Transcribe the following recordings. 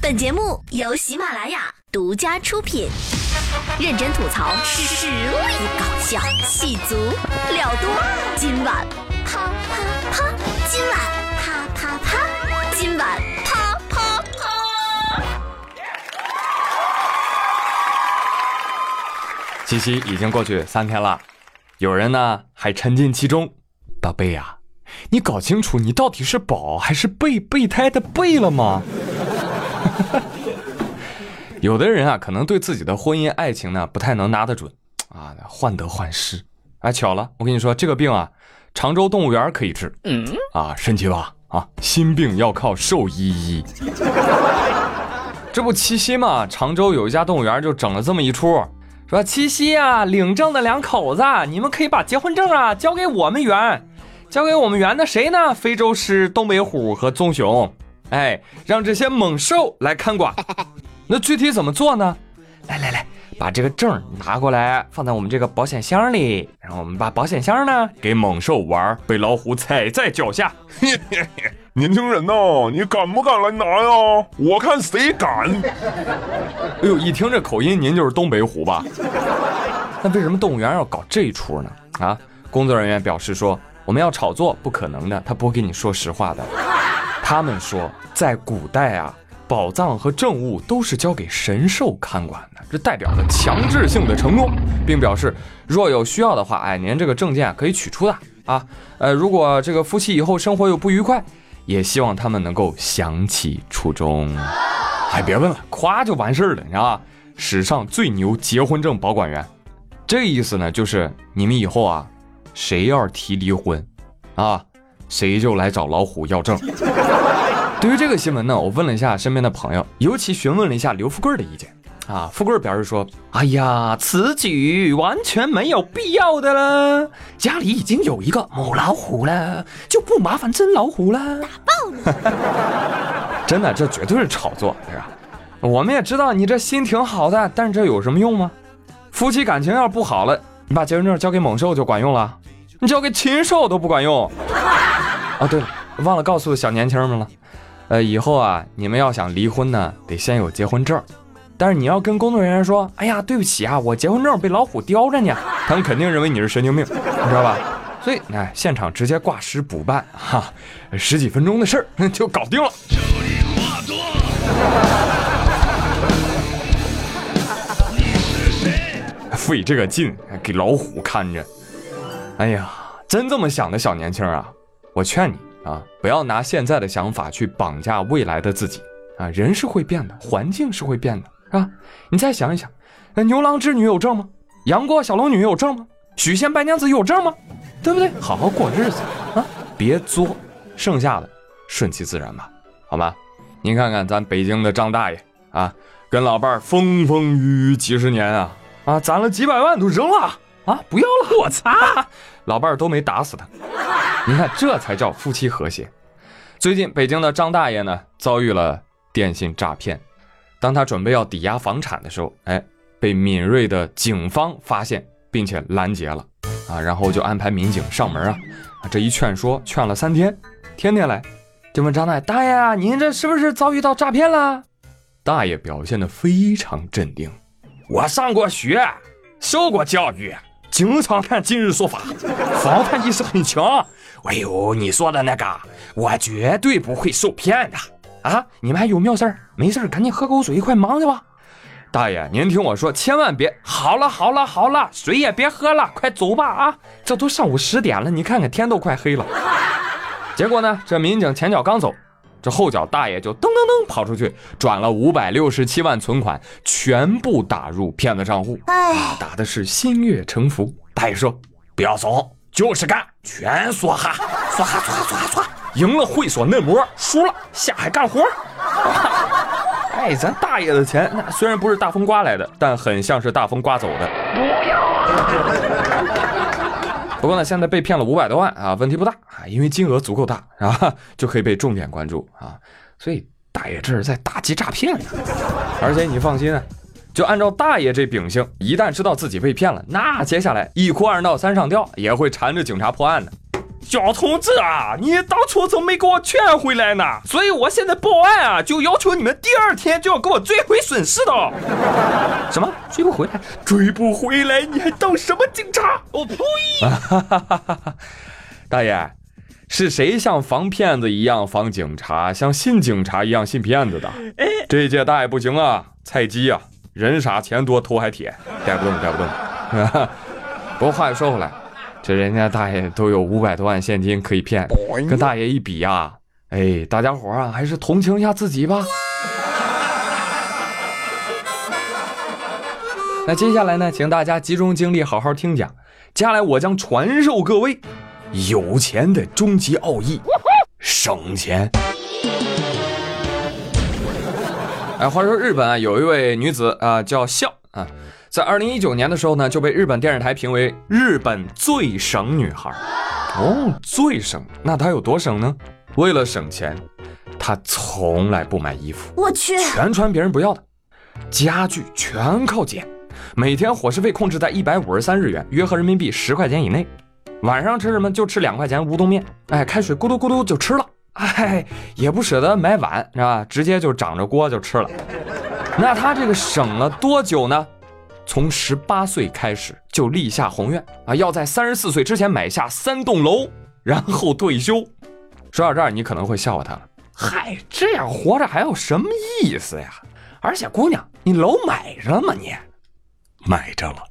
本节目由喜马拉雅独家出品，认真吐槽，实力搞笑，戏足料多。今晚啪啪啪，今晚啪啪啪，今晚啪啪啪。 七夕已经过去3天了，有人呢还沉浸其中。宝贝呀，你搞清楚你到底是宝还是备胎的备了吗？有的人啊，可能对自己的婚姻爱情呢不太能拿得准啊，患得患失。哎，巧了，我跟你说，这个病啊，常州动物园可以治。啊，神奇吧？啊，心病要靠兽医医。这不七夕嘛，常州有一家动物园就整了这么一出，说七夕啊，领证的2口子，你们可以把结婚证啊交给我们园。交给我们园的谁呢？非洲狮、东北虎和棕熊。哎，让这些猛兽来看管。那具体怎么做呢？来，把这个证拿过来，放在我们这个保险箱里，然后我们把保险箱呢给猛兽玩，被老虎踩在脚下。 年轻人哦，你敢不敢来拿呀？我看谁敢。 哎呦，一听这口音，您就是东北虎吧？那为什么动物园要搞这一出呢？啊，工作人员表示说，我们要炒作，不可能的，他不会跟你说实话的。他们说，在古代啊，宝藏和政务都是交给神兽看管的，这代表了强制性的承诺，并表示若有需要的话，哎，您这个证件可以取出的啊。如果这个夫妻以后生活有不愉快，也希望他们能够想起初衷。哎，别问了，夸就完事了，你知道吧？史上最牛结婚证保管员，这意思呢，就是你们以后啊，谁要是提离婚啊，谁就来找老虎要证。对于这个新闻呢，我问了一下身边的朋友，尤其询问了一下刘富贵的意见啊。富贵表示说，哎呀，此举完全没有必要的了，家里已经有一个母老虎了，就不麻烦真老虎了， 打爆你。 真的，这绝对是炒作，是吧？我们也知道你这心挺好的，但是这有什么用吗？夫妻感情要是不好了，你把结婚证交给猛兽就管用了，你交给禽兽都不管用。哦，对了，忘了告诉小年轻们了，以后啊，你们要想离婚呢，得先有结婚证。但是你要跟工作人员说，哎呀，对不起啊，我结婚证被老虎叼着呢，他们肯定认为你是神经病，你知道吧？所以，哎，现场直接挂失补办，哈，10几分钟的事儿就搞定了。费这个劲给老虎看着，哎呀，真这么想的小年轻啊，我劝你啊，不要拿现在的想法去绑架未来的自己啊！人是会变的，环境是会变的，是吧？你再想一想，那牛郎织女有证吗？杨过小龙女有证吗？许仙白娘子有证吗？对不对？好好过日子啊，别作，剩下的顺其自然吧，好吗？您看看咱北京的张大爷啊，跟老伴儿风风雨雨几十年啊，攒了几百万都扔了啊，不要了，我操！老伴儿都没打死他。你看，这才叫夫妻和谐。最近北京的张大爷呢，遭遇了电信诈骗。当他准备要抵押房产的时候，哎，被敏锐的警方发现并且拦截了啊，然后就安排民警上门啊，这一劝说劝了3天，天天来，就问张大爷：“大爷啊，您这是不是遭遇到诈骗了？”大爷表现得非常镇定：“我上过学，受过教育。”经常看今日说法，防范意识很强。哎呦，你说的那个，我绝对不会受骗的啊！你们还有没有事儿？没事儿，赶紧喝口水，快忙去吧。大爷，您听我说，千万别……好了，水也别喝了，快走吧啊！这都上午10点了，你看看天都快黑了。结果呢，这民警前脚刚走，这后脚大爷就噔噔噔跑出去，转了567万存款，全部打入骗子账户。打的是心悦诚服。大爷说：“不要怂，就是干，全梭哈，梭哈，赢了会所嫩模，输了下海干活。”哎，咱大爷的钱，那虽然不是大风刮来的，但很像是大风刮走的。不要不过呢，现在被骗了500多万啊，问题不大啊，因为金额足够大啊，就可以被重点关注啊。所以大爷这是在打击诈骗呢。而且你放心啊，就按照大爷这秉性，一旦知道自己被骗了，那接下来1哭2闹3上吊也会缠着警察破案的。 焦同志啊，你当初怎么没给我劝回来呢？所以我现在报案啊，就要求你们第2天就要给我追回损失的。什么？追不回来？追不回来，你还当什么警察？我呸！大爷，是谁像防骗子一样防警察，像信警察一样信骗子的？这一届大爷不行啊，菜鸡啊，人傻钱多头还铁，带不动。不过话又说回来，这人家大爷都有500多万现金可以骗，跟大爷一比啊，大家伙啊还是同情一下自己吧。那接下来呢，请大家集中精力好好听讲，接下来我将传授各位有钱的终极奥义，省钱。话说日本啊，有一位女子啊叫笑啊，在2019年的时候呢，就被日本电视台评为日本最省女孩。最省，那她有多省呢？为了省钱，她从来不买衣服， 我去， 全穿别人不要的，家具全靠捡，每天伙食费控制在153日元，约合人民币10块钱以内。晚上吃什么就吃2块钱乌冬面，开水咕嘟咕嘟就吃了，也不舍得买碗，是吧？直接就掌着锅就吃了。那他这个省了多久呢？从18岁开始就立下宏愿啊，要在34岁之前买下3栋楼，然后退休。说到这儿，你可能会笑话他了，这样活着还有什么意思呀？而且姑娘，你楼买着了吗？你买着了。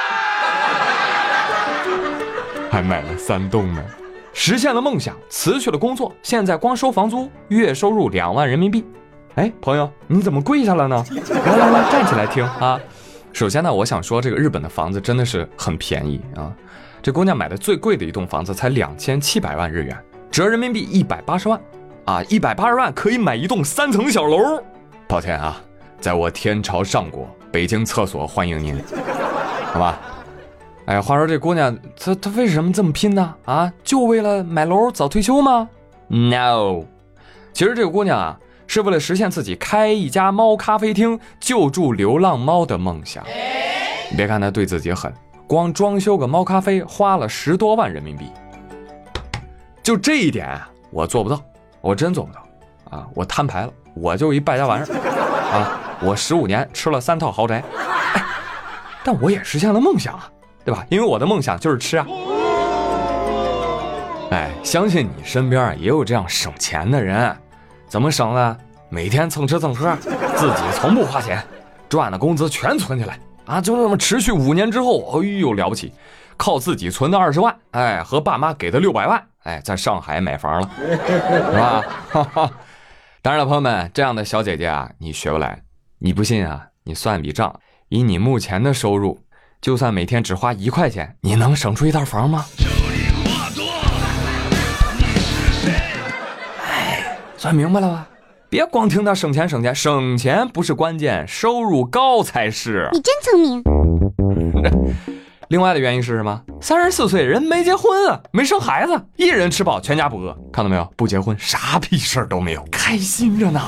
还买了3栋呢，实现了梦想，辞去了工作，现在光收房租，月收入2万人民币。朋友，你怎么跪下了呢？来，站起来听啊！首先呢，我想说这个日本的房子真的是很便宜啊。这姑娘买的最贵的一栋房子才2700万日元，折人民币180万啊，180万可以买一栋3层小楼。抱歉啊，在我天朝上国，北京厕所欢迎您，好吧？话说这姑娘她为什么这么拼呢？就为了买楼早退休吗 ？No， 其实这个姑娘啊，是为了实现自己开一家猫咖啡厅救助流浪猫的梦想。你别看她对自己狠，光装修个猫咖啡花了10多万人民币。就这一点我做不到，我真做不到啊！我摊牌了，我就一败家玩意儿啊！我15年吃了3套豪宅，但我也实现了梦想啊！对吧？因为我的梦想就是吃啊！相信你身边也有这样省钱的人。怎么省呢？每天蹭吃蹭喝，自己从不花钱，赚的工资全存起来啊！就这么持续5年之后，了不起，靠自己存的20万，和爸妈给的600万，在上海买房了，是吧？当然了，朋友们，这样的小姐姐啊，你学不来。你不信啊？你算笔账，以你目前的收入，就算每天只花1块钱，你能省出一套房吗？算明白了吧？别光听他省钱，省钱不是关键，收入高才是。 你真聪明。 另外的原因是什么？34岁人没结婚啊，没生孩子，一人吃饱全家不饿。看到没有？不结婚啥屁事都没有，开心着呢。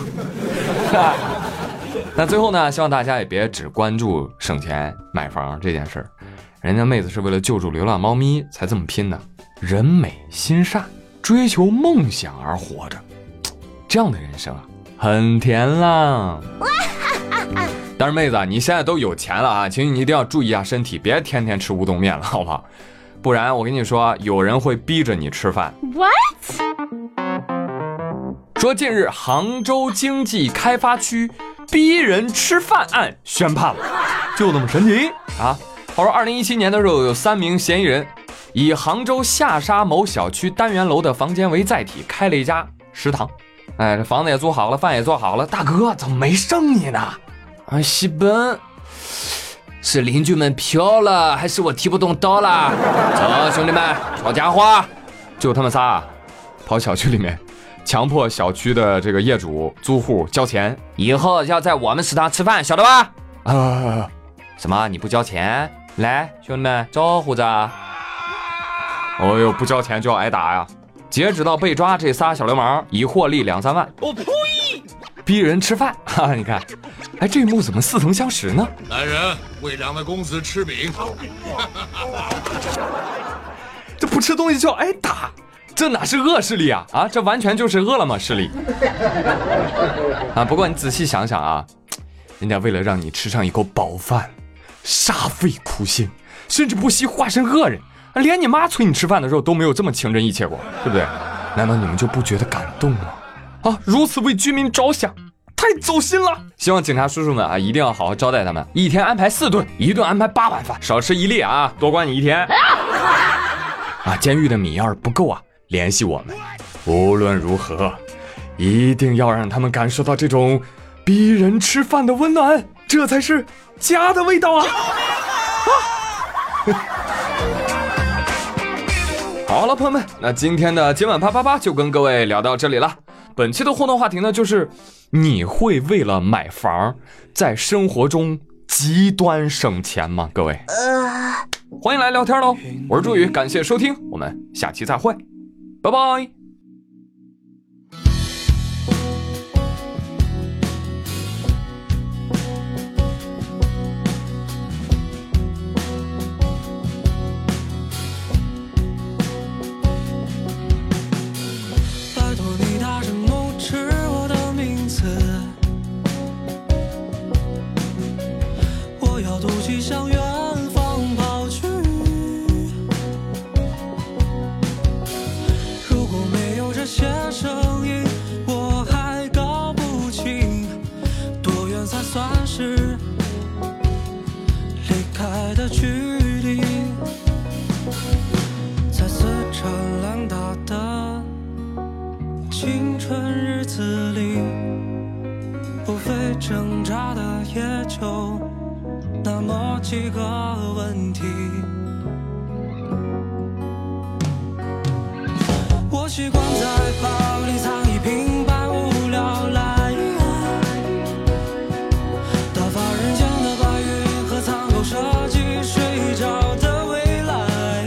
那最后呢，希望大家也别只关注省钱买房这件事儿，人家妹子是为了救助流浪猫咪才这么拼的，人美心善，追求梦想而活着，这样的人生啊，很甜啦。但是妹子啊，你现在都有钱了啊，请你一定要注意一下身体，别天天吃乌冬面了，好不好？不然我跟你说，有人会逼着你吃饭。What？ 说近日杭州经济开发区逼人吃饭案宣判了，就这么神奇啊！话说2017年的时候，有3名嫌疑人以杭州下沙某小区单元楼的房间为载体，开了一家食堂。这房子也租好了，饭也做好了，大哥怎么没剩你呢？西本是邻居们飘了，还是我提不动刀了？走，兄弟们，抄家伙！就他们仨跑小区里面，强迫小区的这个业主租户交钱，以后要在我们食堂吃饭，晓得吧？什么？你不交钱？来，兄弟们，招呼着。不交钱就要挨打呀！截止到被抓，这仨小流氓已获利2-3万。我呸！逼人吃饭你看，这一幕怎么似曾相识呢？ 来人，为2位公子吃饼。 这不吃东西就要挨打， 这哪是恶势力啊？啊，这完全就是饿了么势力啊！不过你仔细想想啊，人家为了让你吃上一口饱饭，煞费苦心，甚至不惜化身恶人，连你妈催你吃饭的时候都没有这么情真意切过，对不对？难道你们就不觉得感动吗？啊，如此为居民着想，太走心了！希望警察叔叔们啊，一定要好好招待他们，一天安排4顿，一顿安排8碗饭，少吃1粒啊，多关你1天。啊，监狱的米要是不够啊，联系我们。无论如何，一定要让他们感受到这种逼人吃饭的温暖，这才是家的味道啊！好了，朋友们，那今天的今晚啪啪啪就跟各位聊到这里了。本期的互动话题呢，就是你会为了买房在生活中极端省钱吗？各位，欢迎来聊天喽！我是朱宇，感谢收听，我们下期再会，拜拜。 向远方跑去，如果没有这些声音，我还搞不清多远才算是离开的距离。在死缠烂打的青春日子里，不费挣扎的也就那么几个问题，我习惯在包里藏一瓶百无聊赖，打发人间的白云和苍狗设计睡着的未来。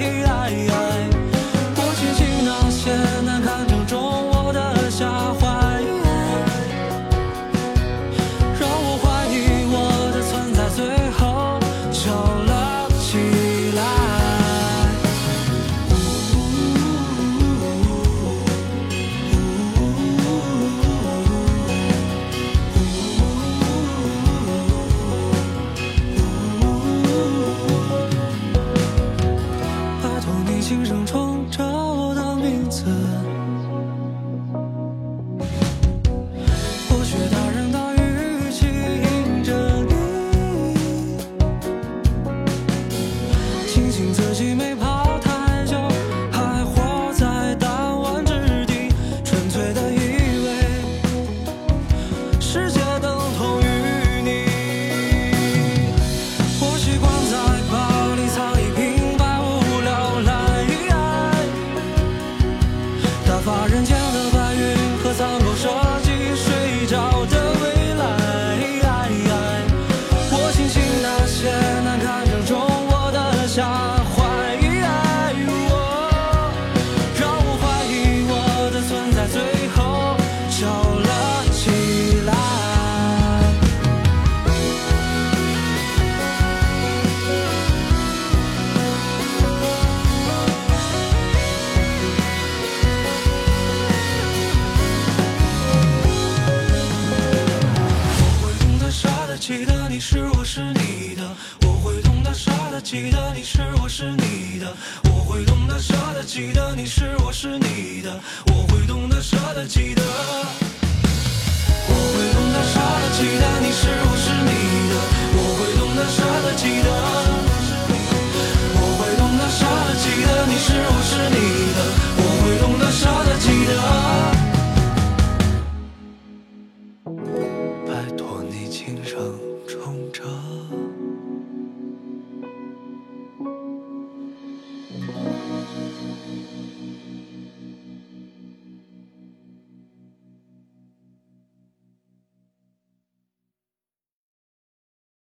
我庆幸那些难堪正中我的下怀，让我怀疑我的存在最后笑了起来。拜托你轻声冲着我的名字，我学大人的语气迎着你，庆幸自己没跑太久，还活在弹丸之地，纯粹的以为世界等同于你。我习惯在包里藏一瓶百无聊赖，打发人间的白云和苍狗设计睡着的未来。我庆幸那些难堪正中我的下怀，让我怀疑我的存在最后笑了起来。我会懂得傻的记得你是我是你的，我会懂得傻的记得你是我是你的，我会懂得傻的记得你是我是你的，我会懂得傻的记得，我会懂得傻的记得你是我是你的，我会懂得傻的记得，我会懂得傻的记得你是我是你的，我会懂得傻的记得。拜托你轻声冲着